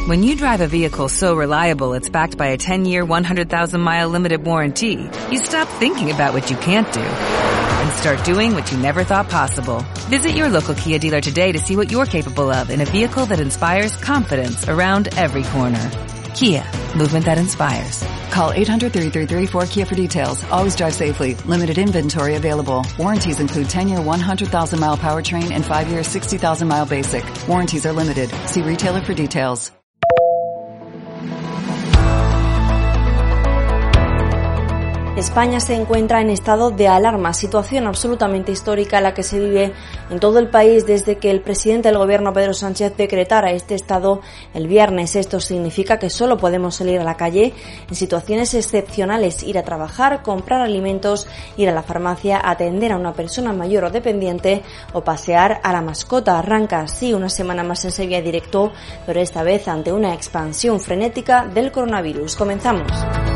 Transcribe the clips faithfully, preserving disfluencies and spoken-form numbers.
When you drive a vehicle so reliable it's backed by a ten-year, one hundred thousand mile limited warranty, you stop thinking about what you can't do and start doing what you never thought possible. Visit your local Kia dealer today to see what you're capable of in a vehicle that inspires confidence around every corner. Kia, movement that inspires. Call eight hundred, three three three, four K I A for details. Always drive safely. Limited inventory available. Warranties include ten-year, one hundred thousand mile powertrain and five-year, sixty thousand mile basic. Warranties are limited. See retailer for details. España se encuentra en estado de alarma, situación absolutamente histórica la que se vive en todo el país desde que el presidente del gobierno, Pedro Sánchez, decretara este estado el viernes. Esto significa que solo podemos salir a la calle en situaciones excepcionales, ir a trabajar, comprar alimentos, ir a la farmacia, atender a una persona mayor o dependiente o pasear a la mascota. Arranca así una semana más en Sevilla Directo, pero esta vez ante una expansión frenética del coronavirus. Comenzamos.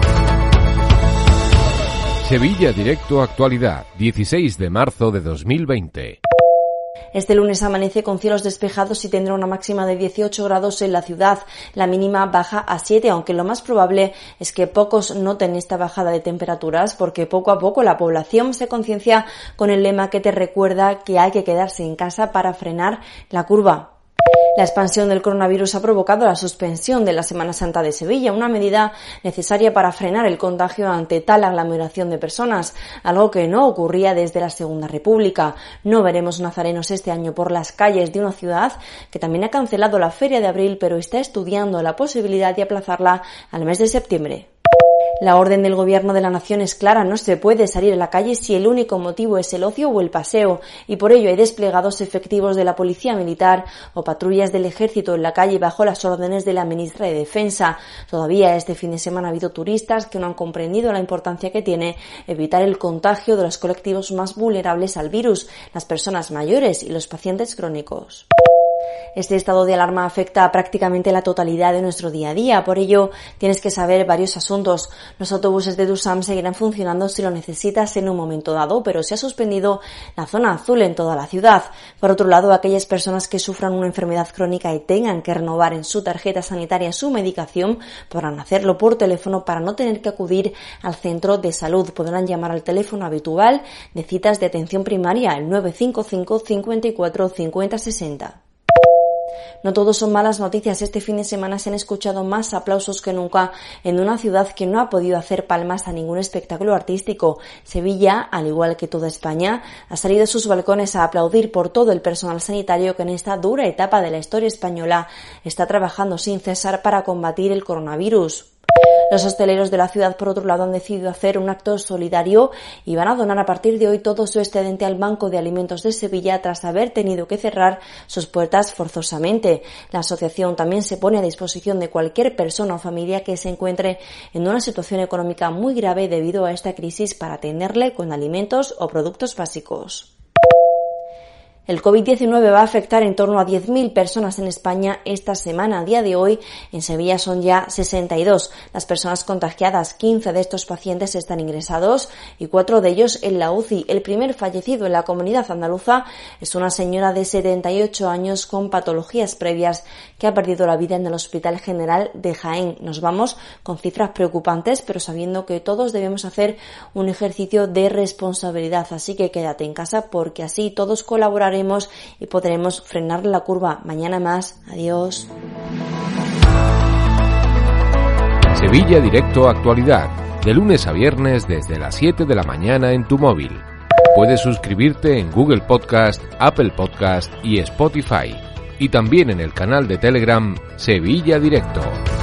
Sevilla Directo Actualidad, dieciséis de marzo de dos mil veinte. Este lunes amanece con cielos despejados y tendrá una máxima de dieciocho grados en la ciudad. La mínima baja a siete, aunque lo más probable es que pocos noten esta bajada de temperaturas porque poco a poco la población se conciencia con el lema que te recuerda que hay que quedarse en casa para frenar la curva. La expansión del coronavirus ha provocado la suspensión de la Semana Santa de Sevilla, una medida necesaria para frenar el contagio ante tal aglomeración de personas, algo que no ocurría desde la Segunda República. No veremos nazarenos este año por las calles de una ciudad que también ha cancelado la Feria de Abril, pero está estudiando la posibilidad de aplazarla al mes de septiembre. La orden del Gobierno de la Nación es clara, no se puede salir a la calle si el único motivo es el ocio o el paseo, y por ello hay desplegados efectivos de la Policía Militar o patrullas del Ejército en la calle bajo las órdenes de la Ministra de Defensa. Todavía este fin de semana ha habido turistas que no han comprendido la importancia que tiene evitar el contagio de los colectivos más vulnerables al virus, las personas mayores y los pacientes crónicos. Este estado de alarma afecta a prácticamente la totalidad de nuestro día a día, por ello tienes que saber varios asuntos. Los autobuses de Dusam seguirán funcionando si lo necesitas en un momento dado, pero se ha suspendido la zona azul en toda la ciudad. Por otro lado, aquellas personas que sufran una enfermedad crónica y tengan que renovar en su tarjeta sanitaria su medicación podrán hacerlo por teléfono para no tener que acudir al centro de salud. Podrán llamar al teléfono habitual de citas de atención primaria, el nueve cinco cinco, cinco cuatro, cinco cero seis cero. No todo son malas noticias. Este fin de semana se han escuchado más aplausos que nunca en una ciudad que no ha podido hacer palmas a ningún espectáculo artístico. Sevilla, al igual que toda España, ha salido a sus balcones a aplaudir por todo el personal sanitario que en esta dura etapa de la historia española está trabajando sin cesar para combatir el coronavirus. Los hosteleros de la ciudad, por otro lado, han decidido hacer un acto solidario y van a donar a partir de hoy todo su excedente al Banco de Alimentos de Sevilla tras haber tenido que cerrar sus puertas forzosamente. La asociación también se pone a disposición de cualquier persona o familia que se encuentre en una situación económica muy grave debido a esta crisis para atenderle con alimentos o productos básicos. El covid diecinueve va a afectar en torno a diez mil personas en España esta semana. A día de hoy, en Sevilla son ya sesenta y dos las personas contagiadas. quince de estos pacientes están ingresados y cuatro de ellos en la U C I. El primer fallecido en la comunidad andaluza es una señora de setenta y ocho años con patologías previas que ha perdido la vida en el Hospital General de Jaén. Nos vamos con cifras preocupantes, pero sabiendo que todos debemos hacer un ejercicio de responsabilidad. Así que quédate en casa porque así todos colaboraremos y podremos frenar la curva. Mañana más. Adiós. Sevilla Directo Actualidad, de lunes a viernes desde las siete de la mañana en tu móvil. Puedes suscribirte en Google Podcast, Apple Podcast y Spotify. Y también en el canal de Telegram Sevilla Directo.